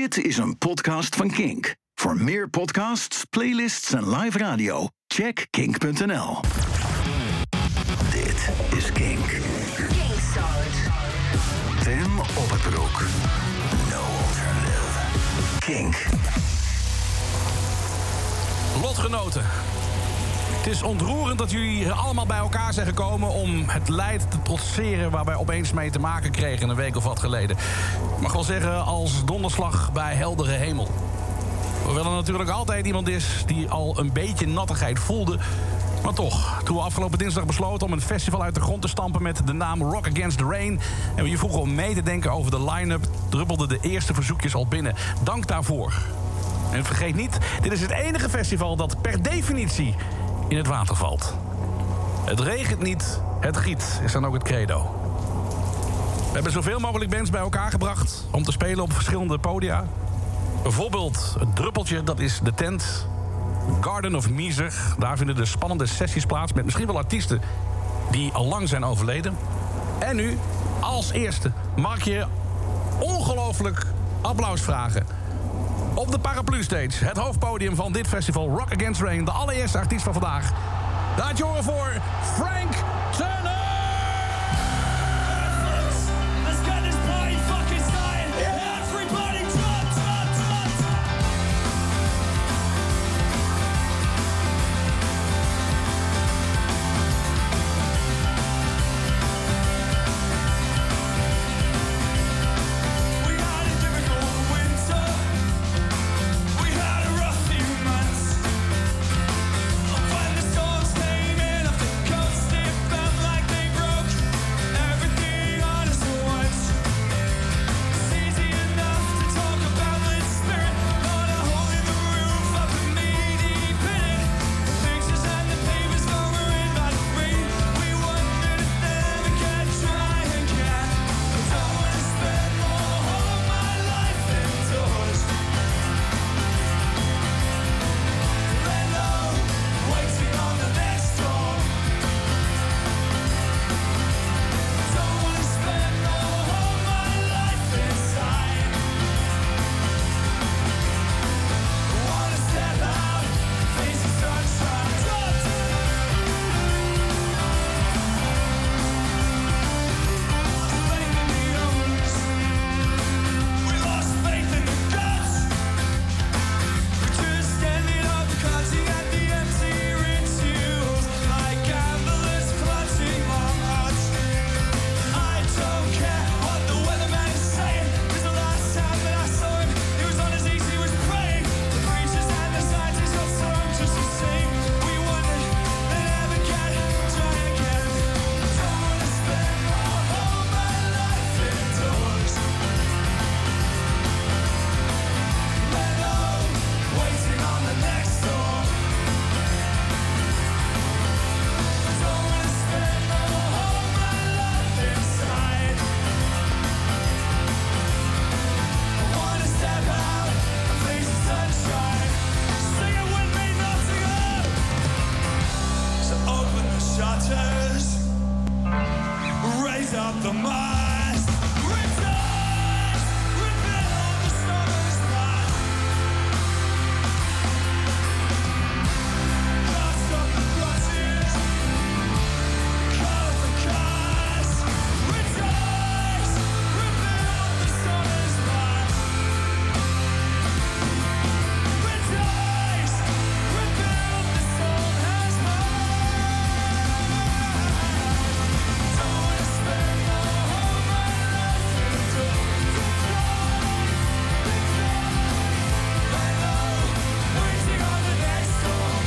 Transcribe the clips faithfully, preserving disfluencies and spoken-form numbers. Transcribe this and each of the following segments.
Dit is een podcast van Kink. Voor meer podcasts, playlists en live radio, check kink punt n l. Dit is Kink. Kink Salad. Tim op het broek. No alternative. Kink. Lotgenoten. Het is ontroerend dat jullie hier allemaal bij elkaar zijn gekomen om het lijden te trotseren waar wij opeens mee te maken kregen een week of wat geleden. Ik mag wel zeggen als donderslag bij heldere hemel. Hoewel er natuurlijk altijd iemand is die al een beetje nattigheid voelde. Maar toch, toen we afgelopen dinsdag besloten om een festival uit de grond te stampen met de naam Rock Against the Rain en we je vroegen om mee te denken over de line-up, druppelden de eerste verzoekjes al binnen. Dank daarvoor. En vergeet niet, dit is het enige festival dat per definitie in het water valt. Het regent niet, het giet, is dan ook het credo. We hebben zoveel mogelijk bands bij elkaar gebracht om te spelen op verschillende podia. Bijvoorbeeld het druppeltje, dat is de tent. Garden of Miser, daar vinden de spannende sessies plaats met misschien wel artiesten die al lang zijn overleden. En nu, als eerste, mag ik je ongelooflijk applaus vragen. Op de Paraplu Stage, het hoofdpodium van dit festival Rock Against Rain, de allereerste artiest van vandaag. Laat je horen voor Frank Turner! Let's get this party fucking started. Everybody drop, drop, drop, drop. We had a difficult winter. We had a rough few months. When the storms came in off the coast, it felt like they broke everything on us at once. It's easy enough to talk about with spirit, not a hole in the roof of the knee deep in it. The pictures and the papers that were in by the rain. We wondered if then we could try again. I don't wanna spend more of my life indoors. Let low, waiting on the next storm. Don't wanna spend more of my life inside. Wanna step out, face the sunshine. Drop down. Faith in the owners. We lost faith in the gods. We just ended up clutching at the empty rituals like gamblers clutching long hearts. I don't care what the weatherman is saying, 'cause the last time that I saw him, he was on his knees, he was praying. The preachers and the scientists all saw him just the same. We wondered, they never can try again. Don't wanna spend more of my life indoors. Let low, waiting on the next storm. Don't wanna spend more of my life inside. I wanna step out and face the sunshine. Sing it with me, Nottingham. So open the shutters, raise up the mast, rejoice, rebuild the summer's past. Cast off the crutches, color the cast, rejoice, rebuild the summer's past. Rejoice, rebuild the soul has mine. Don't wanna spend more of my life indoors. Let low, waiting on the next storm.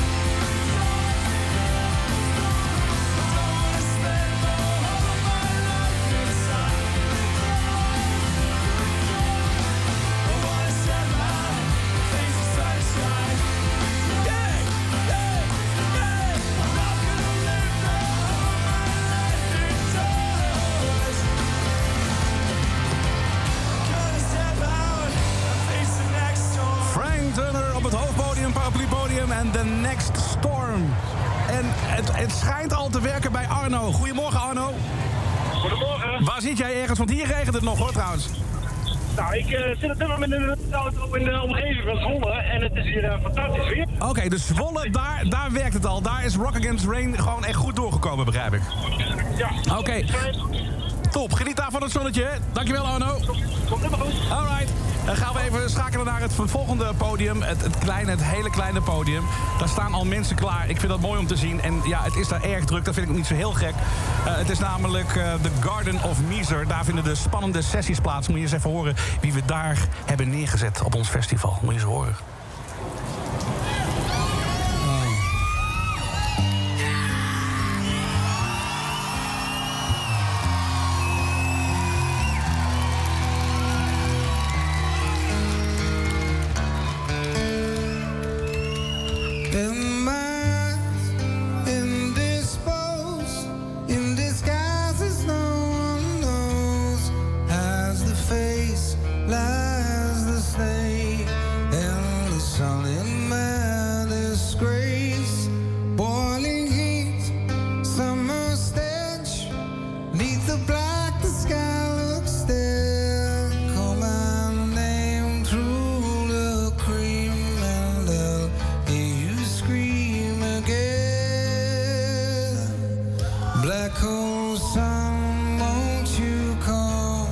Don't wanna spend more of my life inside. I wanna step out, face the sunshine. Yeah, yeah, yeah. I'm not gonna live more of my life indoors. Gonna step out and face the next storm. Frank Turner op het hoofdpodium, Paraplu-podium en The Next Storm. En het, het schijnt al te werken bij Arno. Goedemorgen, Arno. Goedemorgen. Waar zit jij ergens? Want hier regent het nog, hoor, trouwens. Nou, ik eh, zit op dit moment in een auto in de omgeving van Zwolle en het is hier uh, fantastisch weer. Oké, okay, dus Zwolle, daar, daar werkt het al. Daar is Rock Against Rain gewoon echt goed doorgekomen, begrijp ik. Ja. Oké. Okay. Top, geniet daar van het zonnetje. Dankjewel, Arno. Komt helemaal goed. Alright. Dan gaan we even schakelen naar het volgende podium. Het, het kleine, het hele kleine podium. Daar staan al mensen klaar. Ik vind dat mooi om te zien. En ja, het is daar erg druk. Dat vind ik niet zo heel gek. Uh, het is namelijk uh, The Garden of Miser. Daar vinden de spannende sessies plaats. Moet je eens even horen wie we daar hebben neergezet op ons festival. Moet je eens horen. Lies the snake and the sun in my disgrace. Boiling heat, summer stench. Neath the black, the sky looks stale. Call my name through the cream and I'll hear you scream again. Black hole sun, won't you come?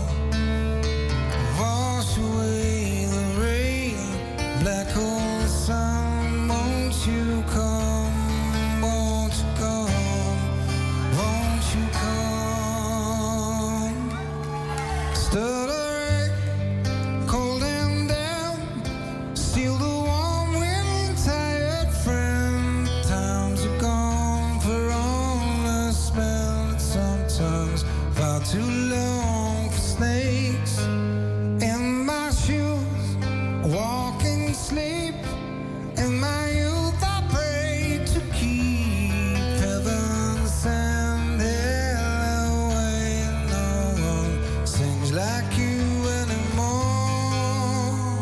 Wash away the rain. Black hole sun, won't you come? Won't you come? Won't you come? Stuttering, cold and damp. Steal the warm wind, tired friend. Times are gone for all spent. Sometimes far too long for snakes. In my shoes, walking sleep. In my youth, I pray to keep heaven send hell away. No one sings like you anymore.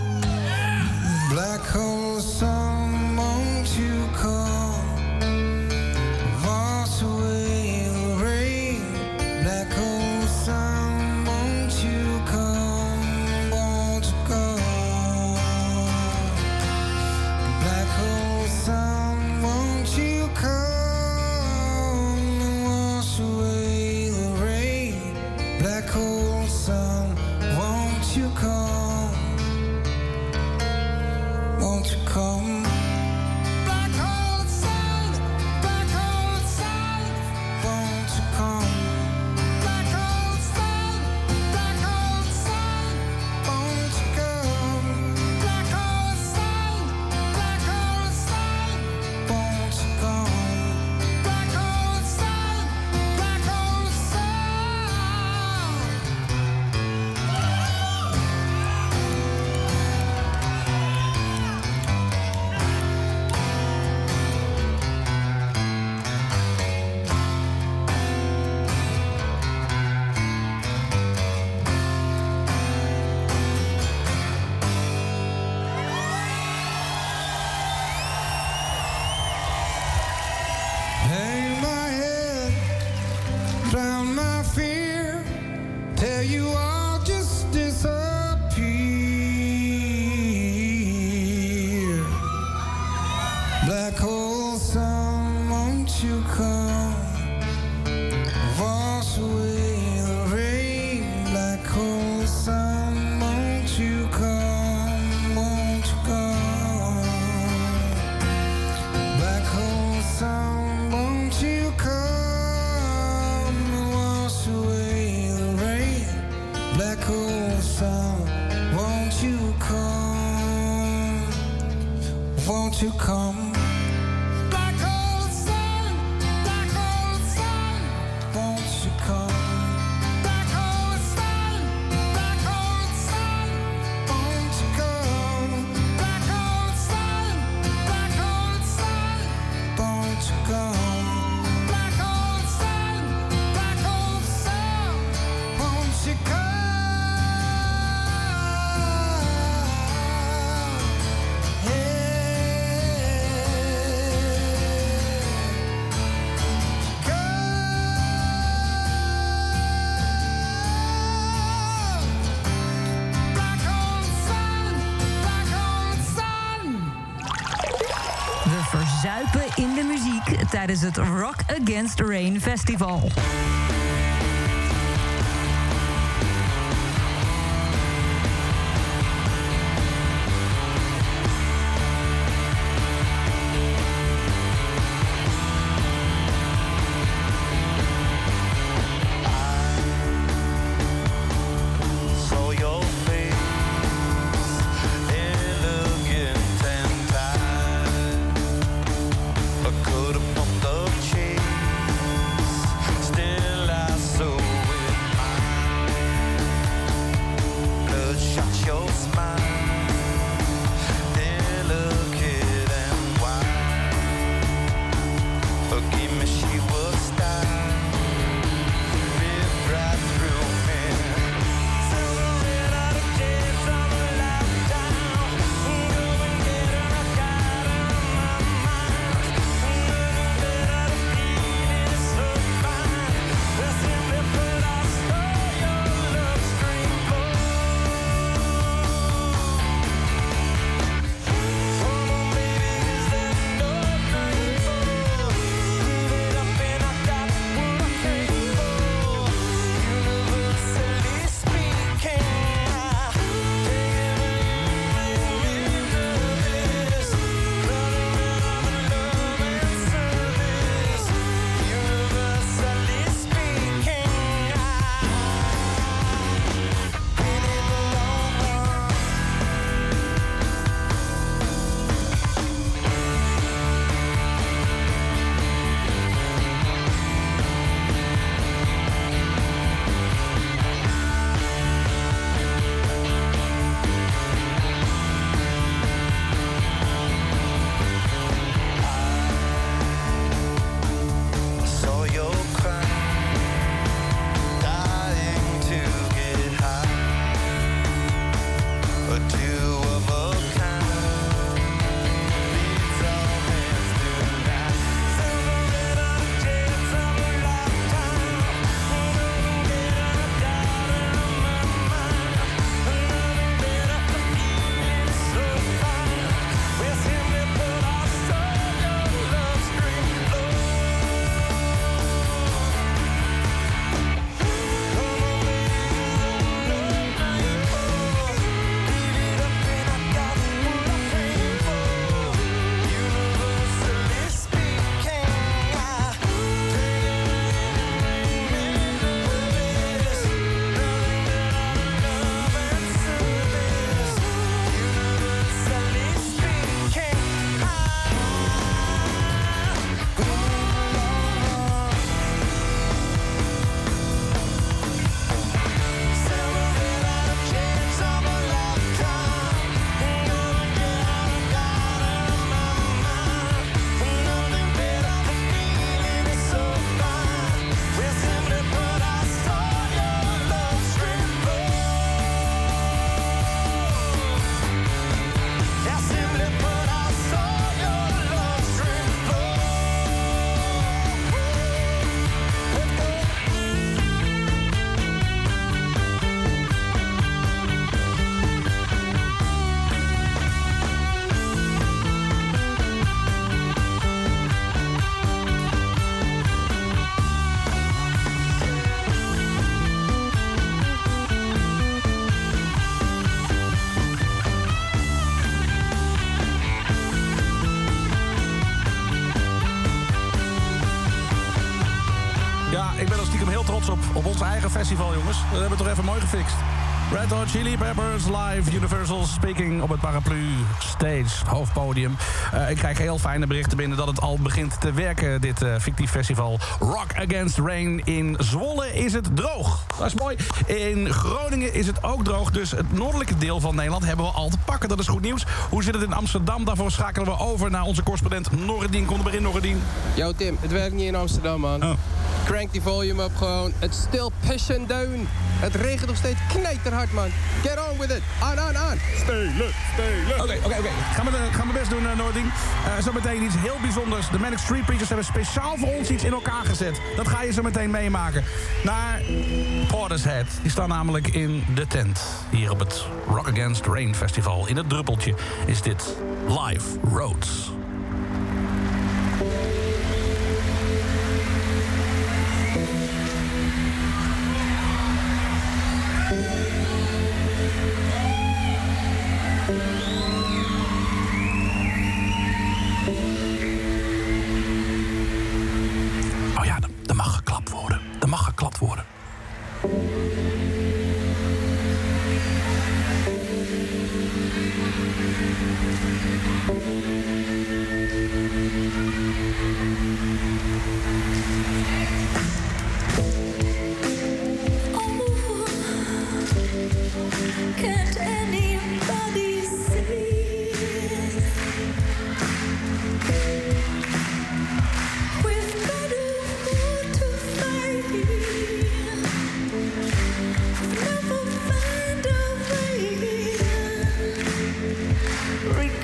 Black hole sun, won't you come? Wash away the rain. Black hole sun, won't you come? Won't you come? Black hole sun, won't you come? Wash away the rain. Black hole sun, won't you come? Won't you come? Black hole sun, black hole sun, won't you come? Black hole sun, black hole sun, won't you come? Black hole sun, black hole sun, won't you come? Black hole sun, black hole hang my head, drown my fear, tell you I'll just disappear. Black hole sun, won't you come? Wash away the rain. Black hole sun, won't you come? Won't you come? Black hole sun, won't you come and wash away the rain? Black hole sun, won't you come? Won't you come? Black hole sun, black hole sun, won't you come? Black hole sun, black hole sun, won't you come? Black hole sun, black hole sun, won't you come? Black hole sun, black hole sun, won't you come? Yeah. Zuipen in de muziek tijdens het Rock Against Rain Festival. Op, op ons eigen festival, jongens. Dat hebben we toch even mooi gefixt. Red Hot Chili Peppers live, Universal Speaking op het Paraplu Stage, hoofdpodium. Uh, ik krijg heel fijne berichten binnen dat het al begint te werken, dit uh, fictief festival. Rock Against Rain. In Zwolle is het droog. Dat is mooi. In Groningen is het ook droog, dus het noordelijke deel van Nederland hebben we al te pakken. Dat is goed nieuws. Hoe zit het in Amsterdam? Daarvoor schakelen we over naar onze correspondent Noordien. Kom er maar in, Noordien. Yo Tim, het werkt niet in Amsterdam, man. Oh. Crank die volume op gewoon. Het still pissing down. Het regent nog steeds knijterhard, man. Get on with it. Aan, aan, aan. Stelen, stelen. Oké, oké, oké. Gaan we gaan we best doen, uh, Noordien. Uh, zometeen iets heel bijzonders. De Manic Street Preachers hebben speciaal voor ons iets in elkaar gezet. Dat ga je zo meteen meemaken. Naar Portishead. Die staan namelijk in de tent. Hier op het Rock Against Rain Festival. In het druppeltje is dit Live Roads.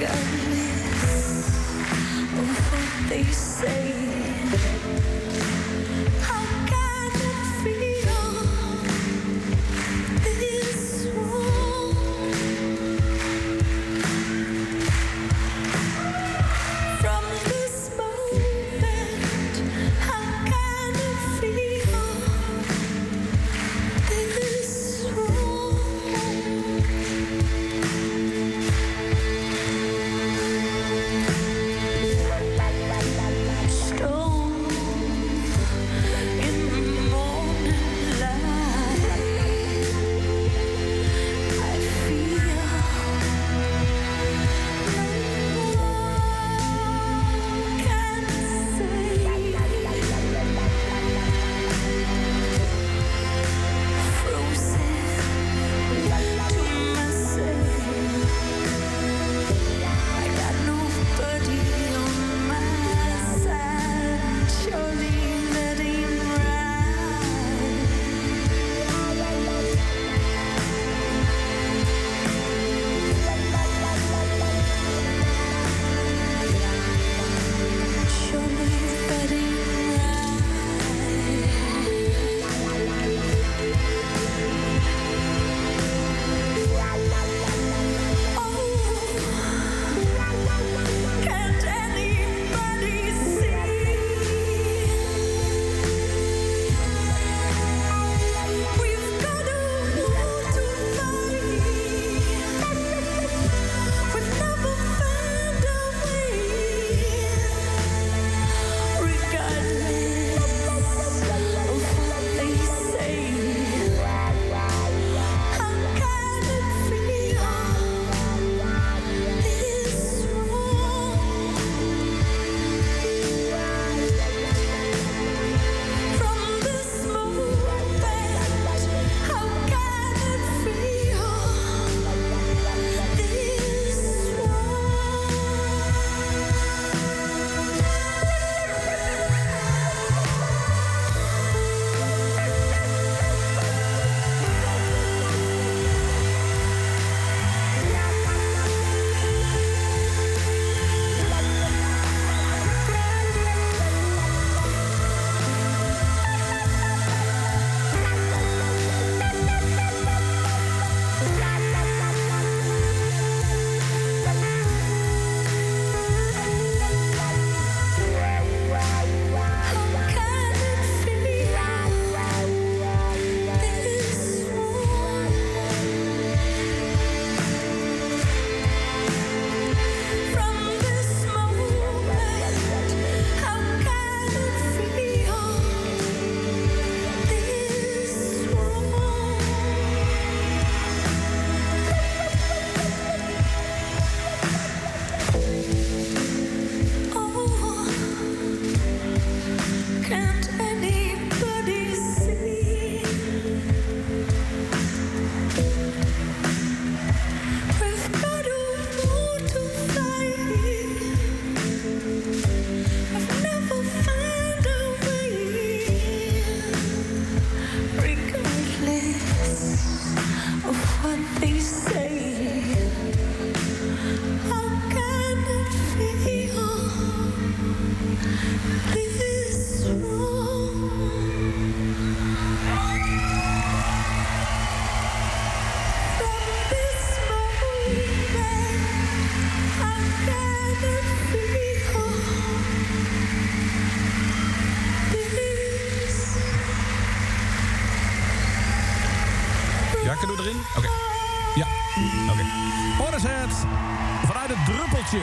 Jakken doe erin? Oké. Okay. Ja, oké. Okay. Portishead vanuit het druppeltje.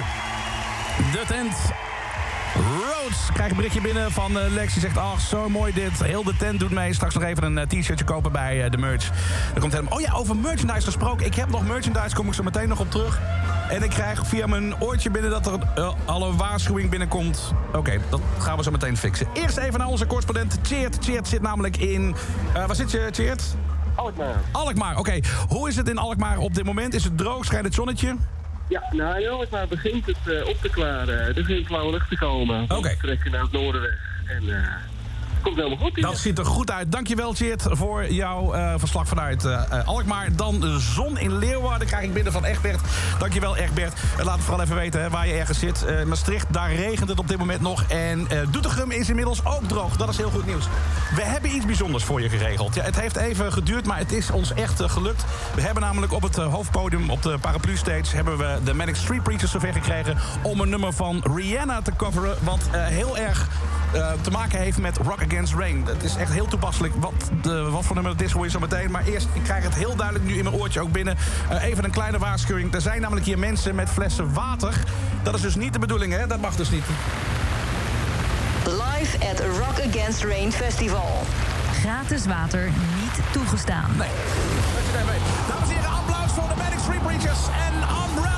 De tent. Rhodes krijgt een berichtje binnen van uh, Lex. Die zegt, ach, zo mooi dit. Heel de tent doet mee. Straks nog even een uh, t-shirtje kopen bij uh, de merch. Er komt helemaal... Oh ja, over merchandise gesproken. Ik heb nog merchandise, kom ik zo meteen nog op terug. En ik krijg via mijn oortje binnen dat er uh, al een waarschuwing binnenkomt. Oké, okay, dat gaan we zo meteen fixen. Eerst even naar onze correspondent Tjeerd. Tjeerd zit namelijk in... Uh, waar zit je, Tjeerd? Alkmaar. Alkmaar, oké. Okay. Hoe is het in Alkmaar op dit moment? Is het droog? Schijnt het zonnetje? Ja, nou in Alkmaar begint het uh, op te klaren. Er begint blauwe lucht te komen. Oké. Okay. We trekken naar het noorden weg. En uh, komt helemaal goed. Dat ziet er goed uit. Dankjewel, Tjeerd, voor jouw uh, verslag vanuit uh, Alkmaar. Dan de zon in Leeuwarden krijg ik binnen van Egbert. Dankjewel, Egbert. Uh, laat het vooral even weten hè, waar je ergens zit. Uh, Maastricht, daar regent het op dit moment nog. En uh, Doetinchem is inmiddels ook droog. Dat is heel goed nieuws. We hebben iets bijzonders voor je geregeld. Ja, het heeft even geduurd, maar het is ons echt uh, gelukt. We hebben namelijk op het uh, hoofdpodium, op de Paraplu Stage, hebben we de Manic Street Preachers zover gekregen om een nummer van Rihanna te coveren. Wat uh, heel erg uh, te maken heeft met Rock Against Rain. Het is echt heel toepasselijk wat, de, wat voor nummer het is, hoor je zo meteen. Maar eerst, ik krijg het heel duidelijk nu in mijn oortje ook binnen. Uh, even een kleine waarschuwing. Er zijn namelijk hier mensen met flessen water. Dat is dus niet de bedoeling, hè? Dat mag dus niet. Live at Rock Against Rain Festival. Gratis water niet toegestaan. Nee. Dat je daar weet. Dames en heren, applaus voor de Manic Street Preachers en Umbrella.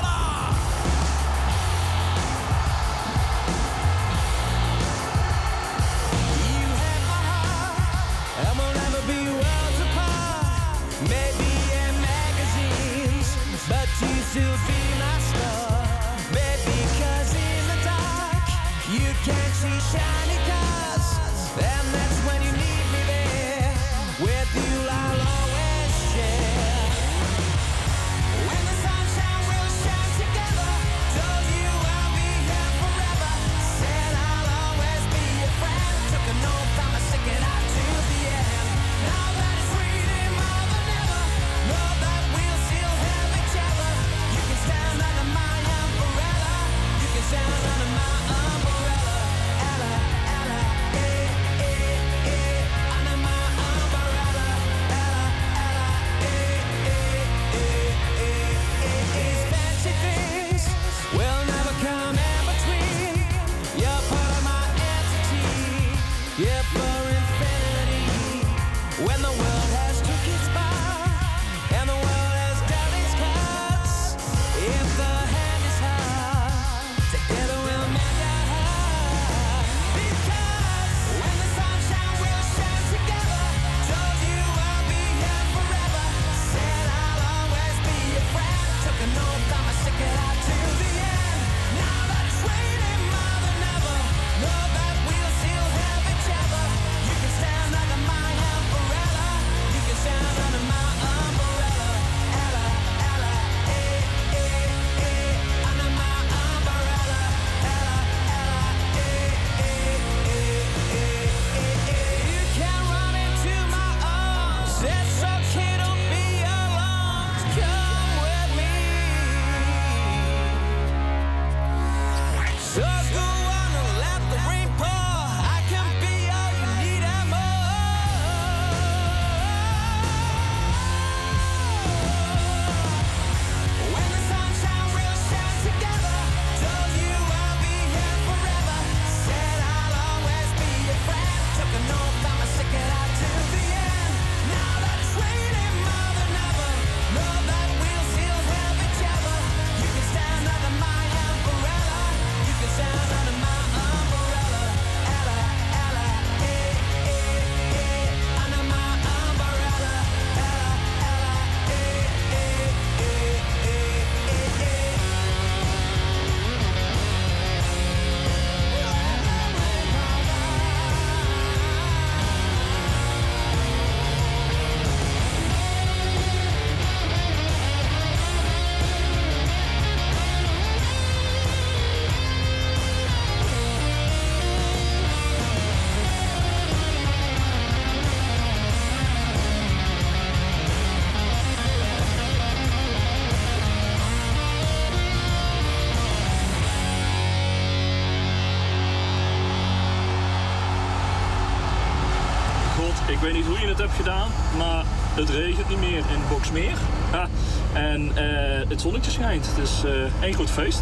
Maybe in magazines, but you still be my star. Baby, cause in the dark, you can't see shiny cars. And that's when you need me there. With you I'll always share. When the sunshine will shine together, told you I'll be here forever. Said I'll always be your friend. Took an oath, I'ma stick it out to the end. Now that it's reading more than ever, know that we'll still have each other. You can stand under my umbrella. You can stand under my umbrella. Ella, Ella, eh, eh, eh. Under my umbrella. Ella, Ella, eh, eh, eh, eh, eh. These fancy things will never come in between. You're part of my entity. You're for infinity. When the world has took its bow and the world has done its cuts, if the hand is hard, together we'll make it hard. Because when the sunshine will shine together, told you I'll be here forever. Said I'll always be your friend. Took an oath, I'ma stick it out to the end. Now that it's raining more than ever, know that we'll still have each other. You can stand under my umbrella. You can stand under my umbrella. Ella, Ella, eh, eh, eh. Under my umbrella. Ella, Ella, eh, eh, eh, eh, eh. You can run into my arms. It's okay, don't be alarmed. Come with me. So go on and let the rain pour. I can be all you need and more. When the sunshine will shine together, told you I'll be here forever. Said I'll always be your friend. Took an oath, I'ma stick it out to the end. Now that it's raining more than ever, know that we'll still have each other. You can stand under my umbrella. You can stand under my umbrella. Ella, Ella, eh, eh, eh. Under my umbrella. Ella, Ella, eh, eh, eh, eh, eh, God, ik weet niet hoe je het hebt gedaan, maar het regent niet meer in Boxmeer. Ha. En eh, het zonnetje schijnt, dus eh één groot feest.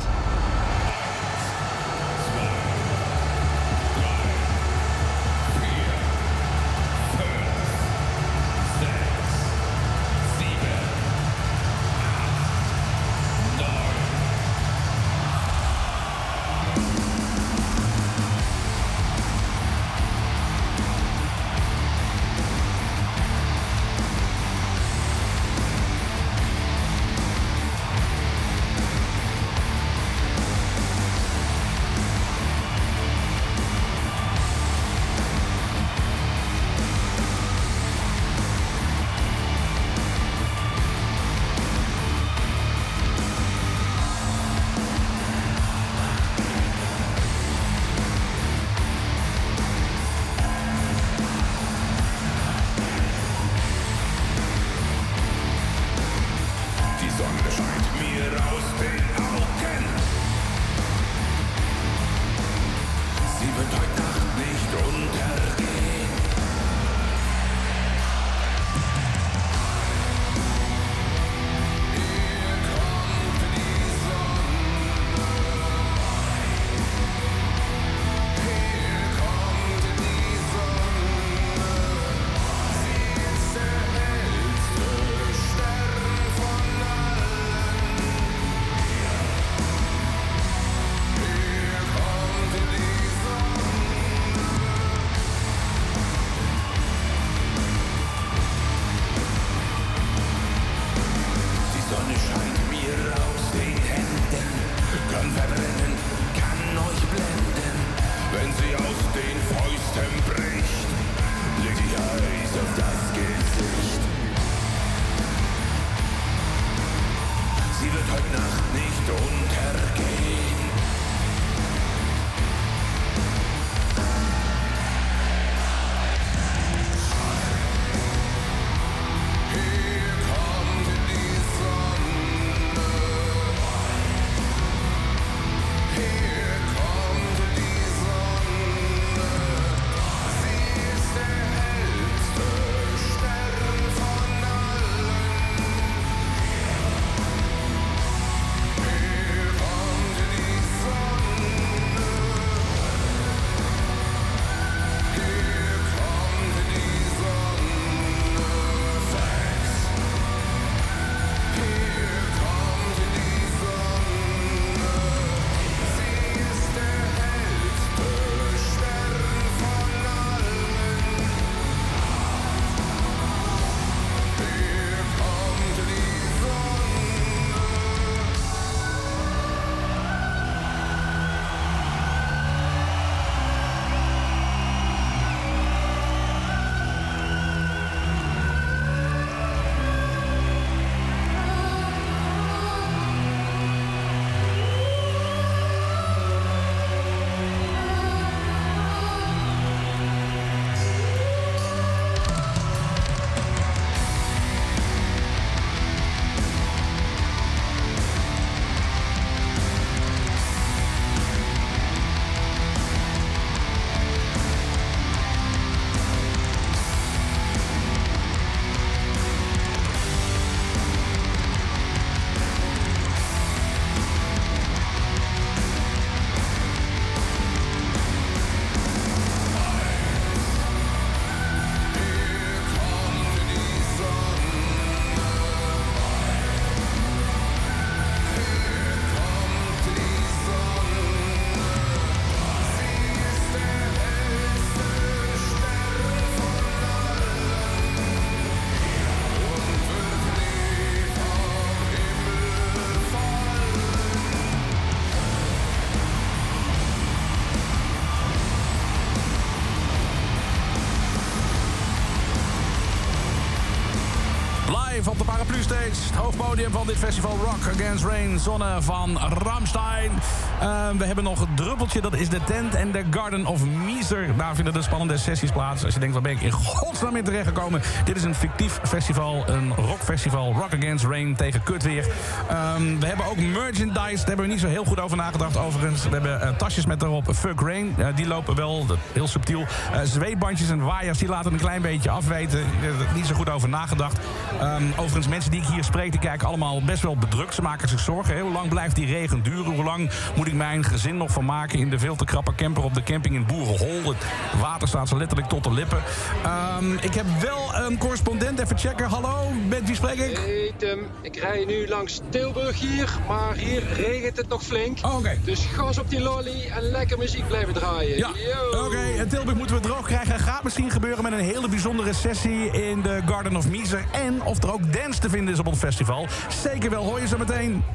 live op de Paraplu Stage. Het hoofdpodium van dit festival Rock Against Rain. Zonne van Rammstein. Uh, we hebben nog een druppeltje, dat is de tent en de Garden of Miser. Daar vinden de spannende sessies plaats. Als je denkt, waar ben ik in godsnaam in terechtgekomen? Dit is een fictief festival, een rockfestival. Rock Against Rain tegen kutweer. Um, we hebben ook merchandise, daar hebben we niet zo heel goed over nagedacht overigens. We hebben uh, tasjes met daarop Fuck Rain. Uh, die lopen wel, dat, heel subtiel. Uh, zweetbandjes en waaiers, die laten een klein beetje afweten. Er niet zo goed over nagedacht. Um, overigens, mensen die ik hier spreek, die kijken allemaal best wel bedrukt. Ze maken zich zorgen. Hè? Hoe lang blijft die regen duren? Hoe lang moet ik mijn gezin nog van maken in de veel te krappe camper op de camping in Boerenhol? Het water staat ze letterlijk tot de lippen. Um, ik heb wel een correspondent. Even checken. Hallo, met wie spreek ik? Hey Tim, ik rij nu langs Tilburg hier, maar hier regent het nog flink. Oh, okay. Dus gas op die lolly en lekker muziek blijven draaien. Ja, oké. Okay. En Tilburg moeten we droog krijgen. Gaat misschien gebeuren met een hele bijzondere sessie in de Garden of Miser. En of er ook dance te vinden is op het festival. Zeker wel, hoor je zo meteen.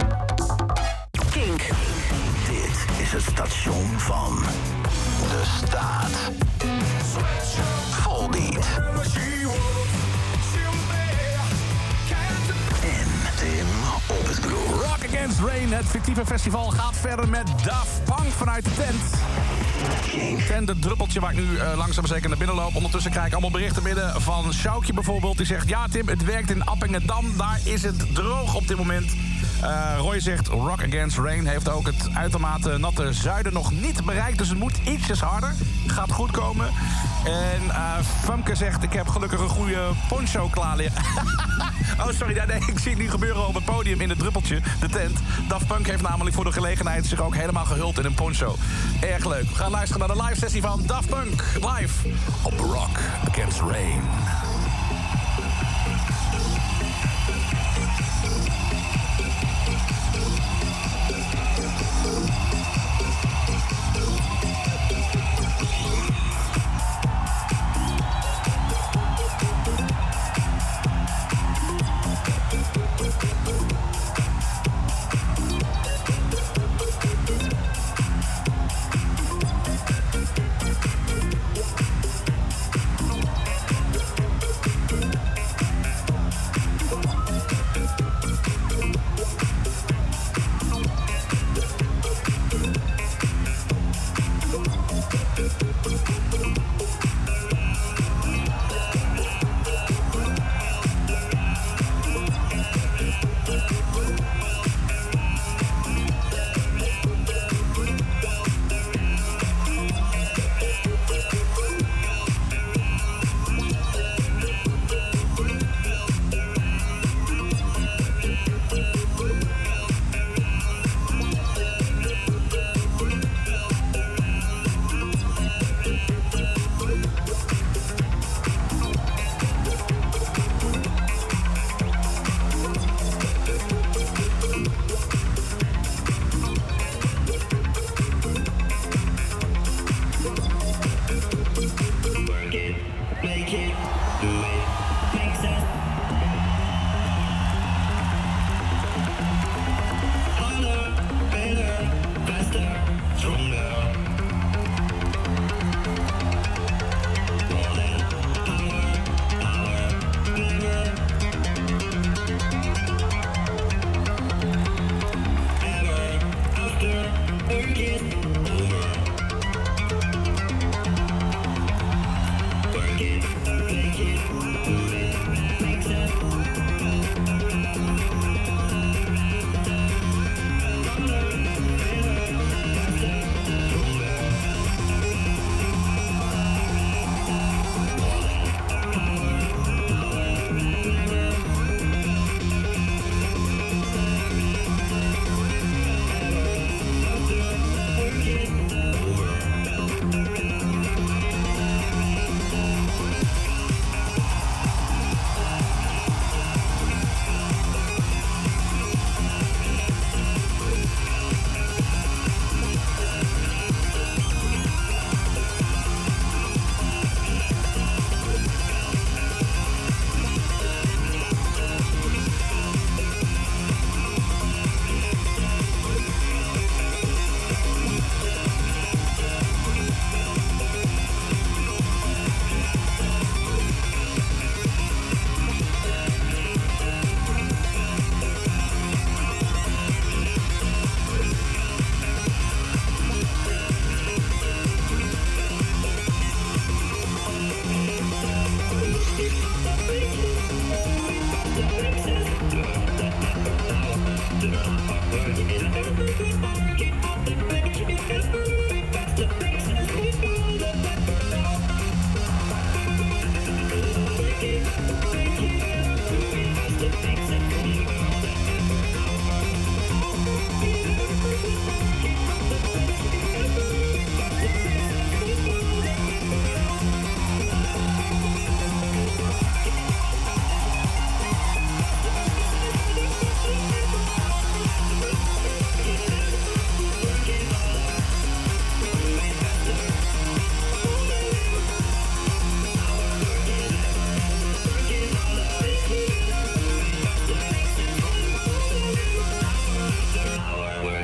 Kink. Dit is het station van de staat. Volbeat. En Tim op het groove. Rock Against Rain, het fictieve festival, gaat verder met Daft Punk vanuit de tent. Tent, het druppeltje waar ik nu uh, langzaam zeker naar binnen loop. Ondertussen krijg ik allemaal berichten binnen van Sjoukje bijvoorbeeld. Die zegt, ja Tim, het werkt in Appingedam. Daar is het droog op dit moment. Uh, Roy zegt, Rock Against Rain heeft ook het uitermate natte zuiden nog niet bereikt. Dus het moet ietsjes harder. Gaat goed komen. En uh, Famke zegt, ik heb gelukkig een goede poncho klaar liggen. Oh, sorry, nee, nee, ik zie het nu gebeuren op het podium in het druppeltje, de tent. Daft Punk heeft namelijk voor de gelegenheid zich ook helemaal gehuld in een poncho. Erg leuk. We gaan luisteren naar de live sessie van Daft Punk. Live op Rock Against Rain.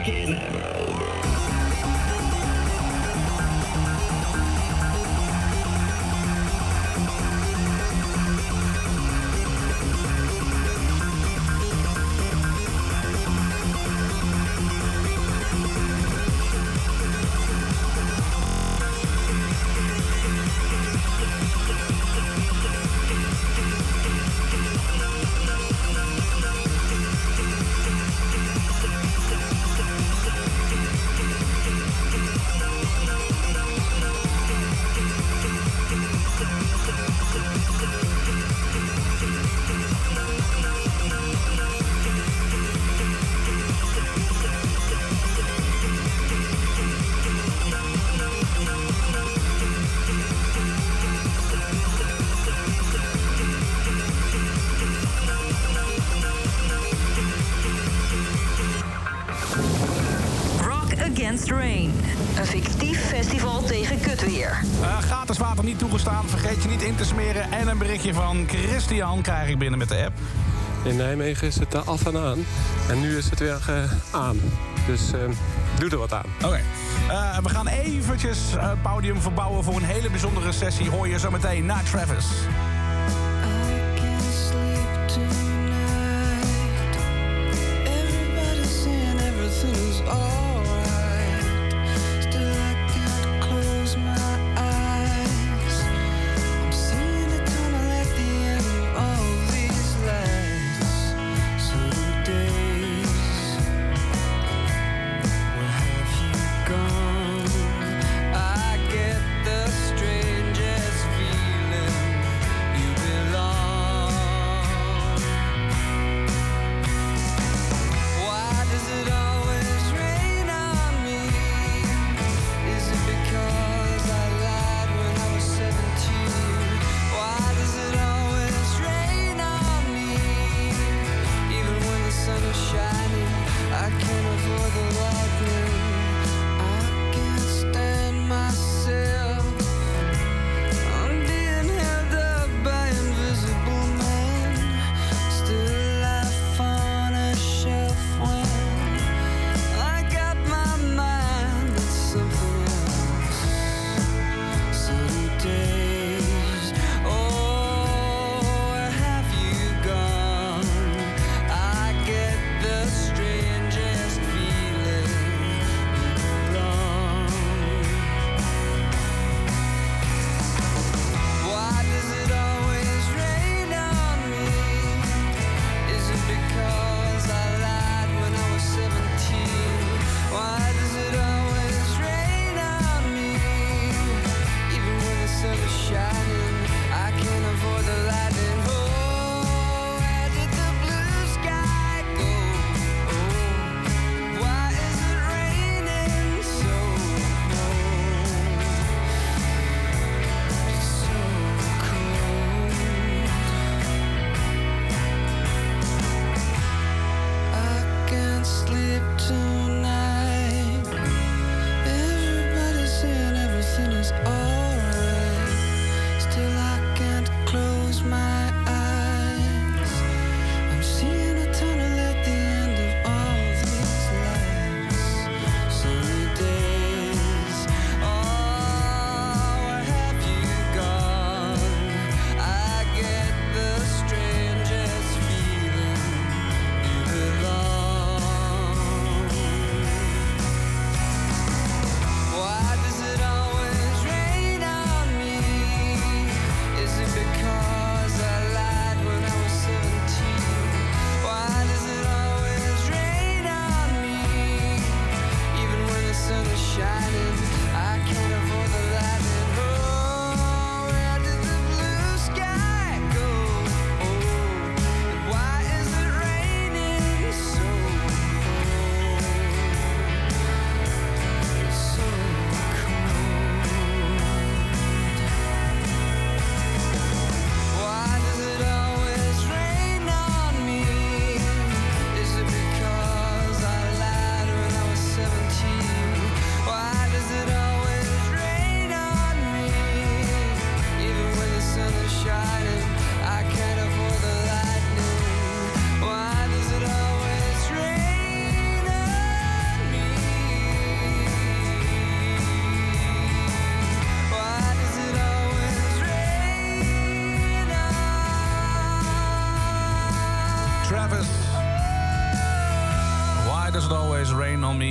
fucking Against Rain. Een fictief festival tegen kutweer. Uh, gratis water niet toegestaan, vergeet je niet in te smeren. En een berichtje van Christian krijg ik binnen met de app. In Nijmegen is het uh, af en aan. En nu is het weer uh, aan. Dus uh, doe er wat aan. Oké. Okay. Uh, we gaan eventjes uh, het podium verbouwen voor een hele bijzondere sessie. Hoor je zo meteen na Travis. I get the strangest feeling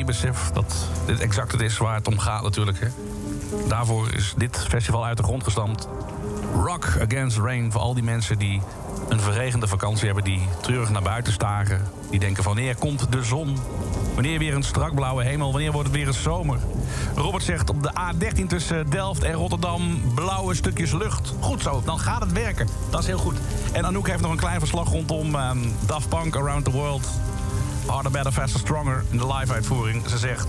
je beseft dat dit exact het is waar het om gaat natuurlijk. Hè? Daarvoor is dit festival uit de grond gestampt. Rock Against Rain, voor al die mensen die een verregende vakantie hebben... die treurig naar buiten staren. Die denken van, wanneer komt de zon? Wanneer weer een strak blauwe hemel? Wanneer wordt het weer een zomer? Robert zegt op de A dertien tussen Delft en Rotterdam... blauwe stukjes lucht. Goed zo, dan gaat het werken. Dat is heel goed. En Anouk heeft nog een klein verslag rondom um, Daft Punk Around the World. Harder, Better, Faster, Stronger in de live-uitvoering. Ze zegt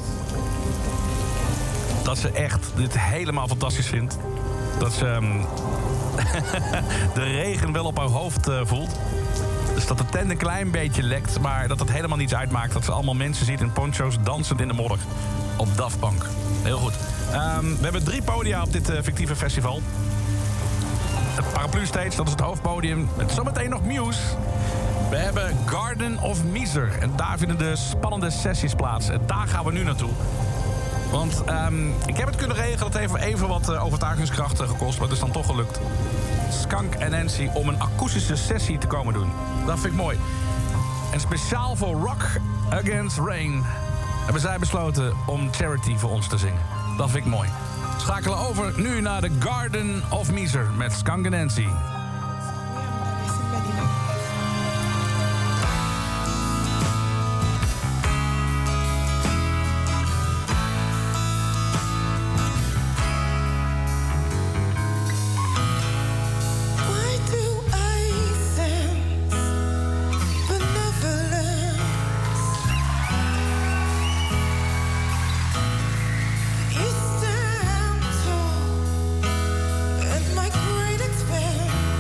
dat ze echt dit helemaal fantastisch vindt. Dat ze um, de regen wel op haar hoofd uh, voelt. Dus dat de tent een klein beetje lekt, maar dat het helemaal niets uitmaakt. Dat ze allemaal mensen ziet in poncho's dansend in de modder op Daft Punk. Heel goed. Um, we hebben drie podia op dit uh, fictieve festival. Het Paraplu Stage, dat is het hoofdpodium. Met zometeen nog Muse. We hebben Garden of Miser. En daar vinden de spannende sessies plaats. En daar gaan we nu naartoe. Want um, ik heb het kunnen regelen. Het heeft me even wat uh, overtuigingskracht uh, gekost. Maar het is dan toch gelukt. Skunk en Nancy om een akoestische sessie te komen doen. Dat vind ik mooi. En speciaal voor Rock Against Rain hebben zij besloten om Charity voor ons te zingen. Dat vind ik mooi. Schakelen over nu naar de Garden of Miser met Skunk en Nancy. My great expense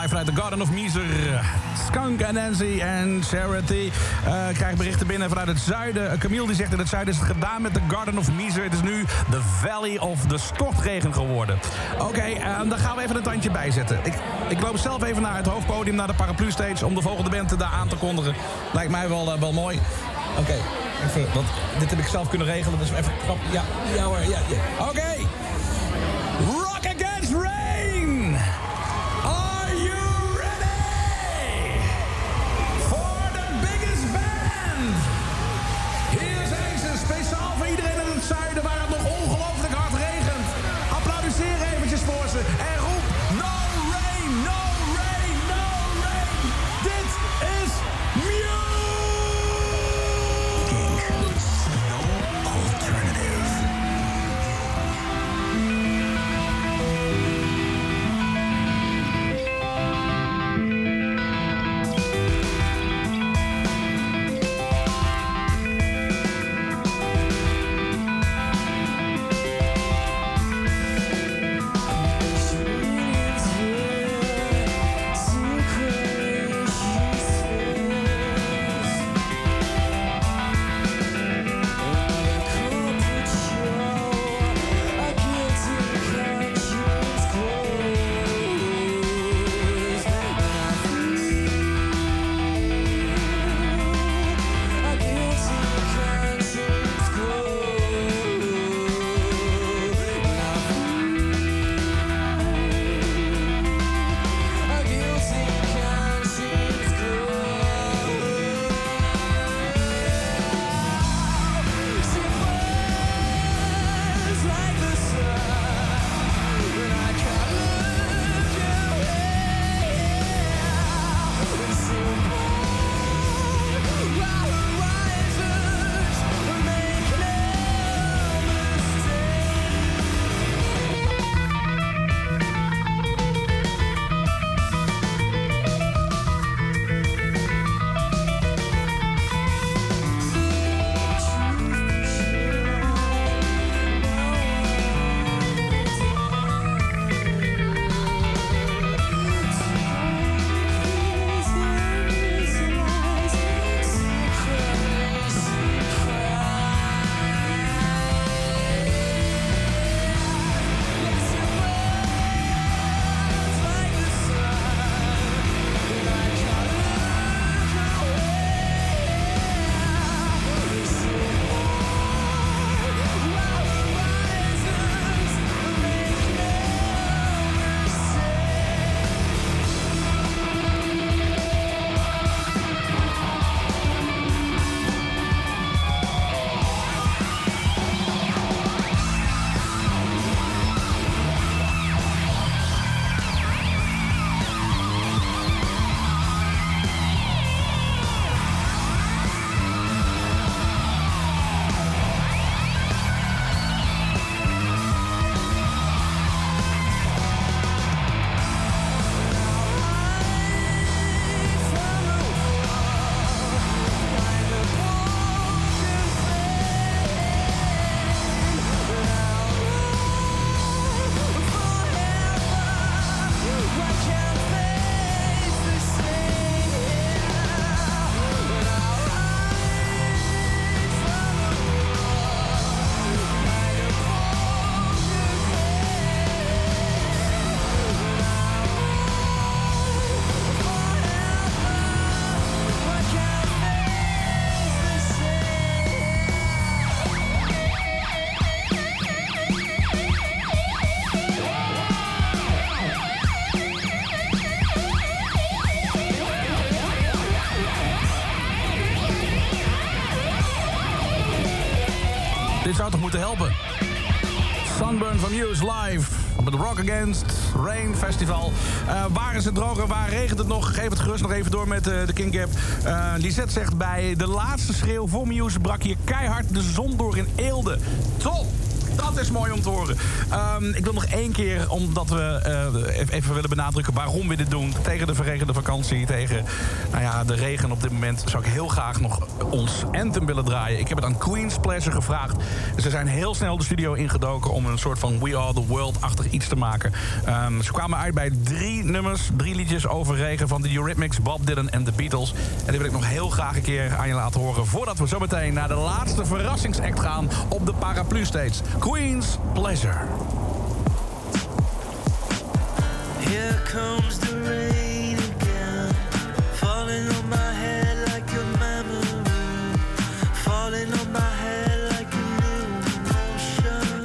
live vanuit de Garden of Miser. Skunk en Nancy en Charity uh, krijgen berichten binnen vanuit het zuiden. Uh, Camille die zegt in het zuiden is het gedaan met de Garden of Miser. Het is nu de Valley of the Stortregen geworden. Oké, okay, uh, dan gaan we even een tandje bijzetten. Ik, ik loop zelf even naar het hoofdpodium, naar de Paraplu Stage, om de volgende band daar aan te kondigen. Lijkt mij wel, uh, wel mooi. Oké, okay, even, want dit heb ik zelf kunnen regelen, dus even knap. Ja, ja hoor, ja, ja. Oké. Okay. Rock Against Rain! Are you ready for the biggest band? Hier zijn ze, speciaal voor iedereen in het zuiden waar het nog ongelooflijk hard regent. Applaudisseer eventjes voor ze en roep no rain, no rain, no rain. Dit is Muse! No alternative. Dit zou toch moeten helpen? Sunburn van Muse live op het Rock Against Rain Festival. Uh, waar is het droger? Waar regent het nog? Geef het gerust nog even door met uh, de King Gap. Uh, Lisette zegt bij de laatste schreeuw voor Muse brak hier keihard de zon door in Eelde. Top! Dat is mooi om te horen. Um, ik wil nog één keer, omdat we uh, even willen benadrukken waarom we dit doen. Tegen de verregende vakantie, tegen nou ja, de regen op dit moment, zou ik heel graag nog ons anthem willen draaien. Ik heb het aan Queen's Pleasure gevraagd. Ze zijn heel snel de studio ingedoken om een soort van We Are The World-achtig iets te maken. Um, ze kwamen uit bij drie nummers, drie liedjes over regen van de Eurythmics, Bob Dylan en de Beatles. En die wil ik nog heel graag een keer aan je laten horen voordat we zo meteen naar de laatste verrassingsact gaan op de Paraplu Stage. Queen's Pleasure. Here comes the rain again, falling on my head like a memory, falling on my head like a new emotion.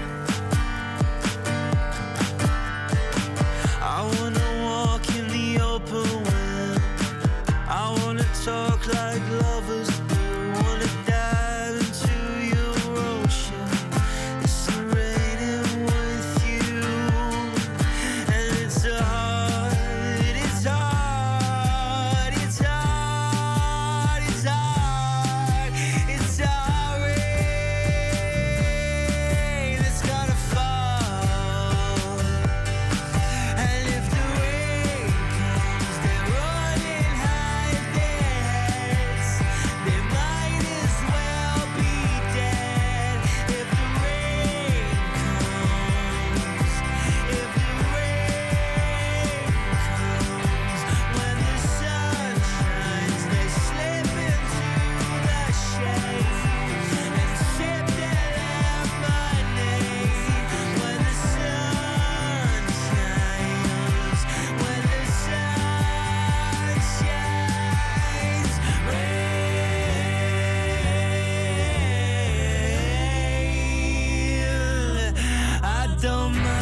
I wanna walk in the open wind, I wanna talk like lovers do, wanna dive into your ocean, it's raining with you, and it's a hard, it's hard, it's hard, it's hard, it's hard rain that's gonna fall, and if the rain comes, they're running high their heads, they might as well be dead. If the rain comes, if the rain comes, when the sun shines, they slip into the shade and sip their lemonade. When the sun shines, when the sun shines, rain, I don't mind.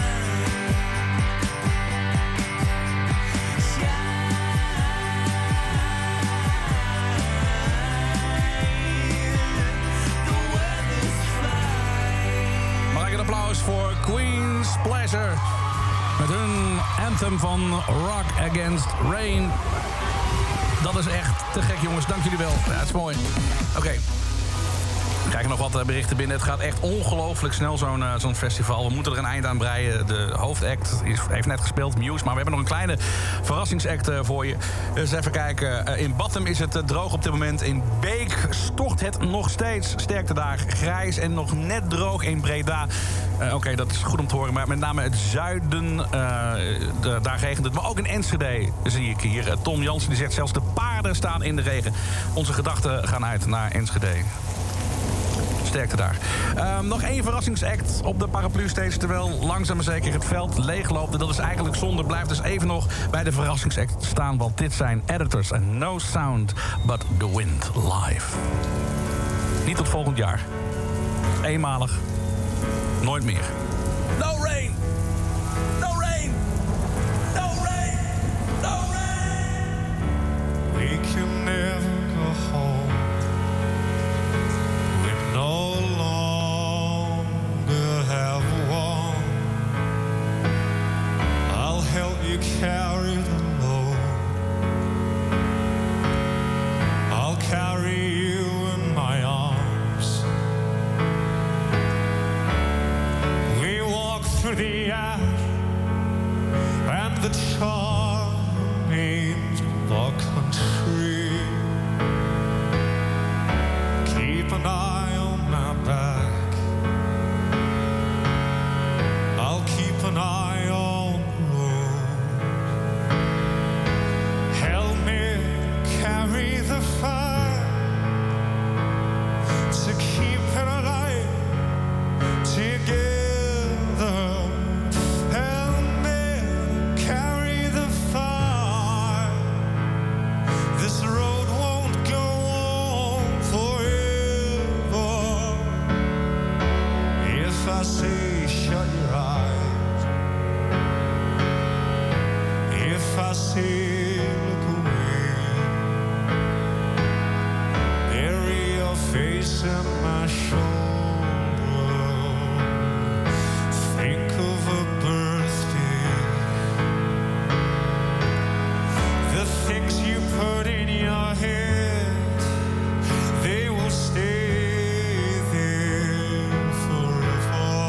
Mag ik een applaus voor Queen's Pleasure met hun anthem van Rock Against Rain. Dat is echt te gek, jongens. Dank jullie wel. Ja, het is mooi. Oké. We krijgen nog wat eh, berichten binnen. Het gaat echt ongelooflijk snel, zo'n eh, zo'n festival. We moeten er een eind aan breien. De hoofdact is, heeft net gespeeld, Muse. Maar we hebben nog een kleine verrassingsact eh, voor je. Dus even kijken. Eh, in Battem is het eh, droog op dit moment. In Beek stort het nog steeds. Sterkte daar grijs en nog net droog in Breda. Uh, Oké, dat is goed om te horen. Maar met name het zuiden, uh, de, daar regent het. Maar ook in Enschede zie ik hier. Uh, Tom Jansen die zegt zelfs de paarden staan in de regen. Onze gedachten gaan uit naar Enschede. Sterkte daar. Uh, nog één verrassingsact op de Paraplu Stage, terwijl langzaam maar zeker het veld leegloopt. En dat is eigenlijk zonde. Blijf dus even nog bij de verrassingsact staan, want dit zijn Editors en No Sound But The Wind live. Niet tot volgend jaar. Eenmalig. Nooit meer. No rain! No rain! No rain! No rain! We can never go home. We no longer have one. I'll help you carry the load. I'll carry you in my arms. We walk through the ash and the charm remains the country. Keep an eye on my back. I'll keep an eye on the road. Help me carry the fire to keep it alive together. Help me carry the fire. This road won't go on forever. If I say shut your eyes, if I say look away, bury your face in my shoulder. Think of a birthday. The things you put in your head, they will stay there forever.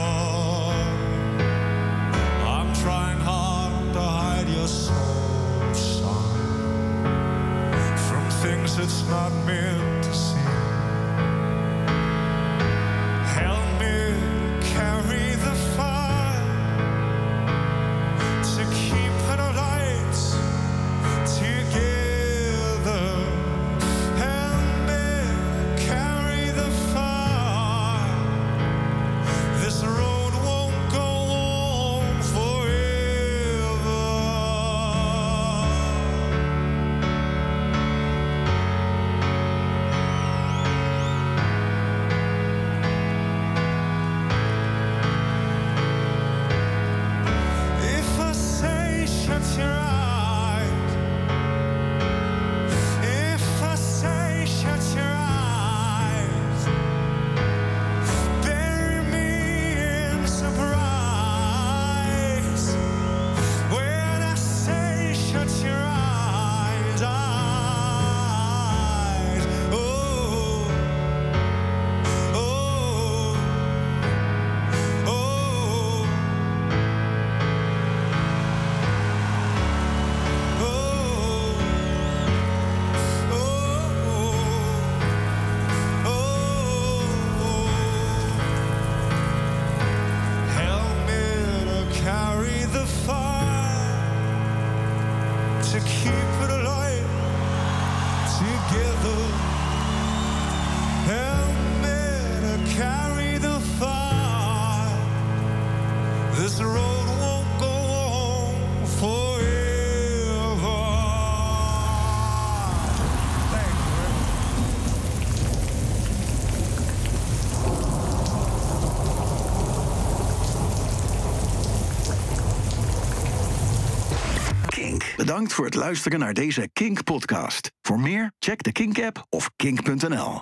keep it alive together. Help me to carry the fire. This road won't go on forever. Kink. Bedankt voor het luisteren naar deze Kink-podcast. Voor meer, check de Kink-app of kink punt n l.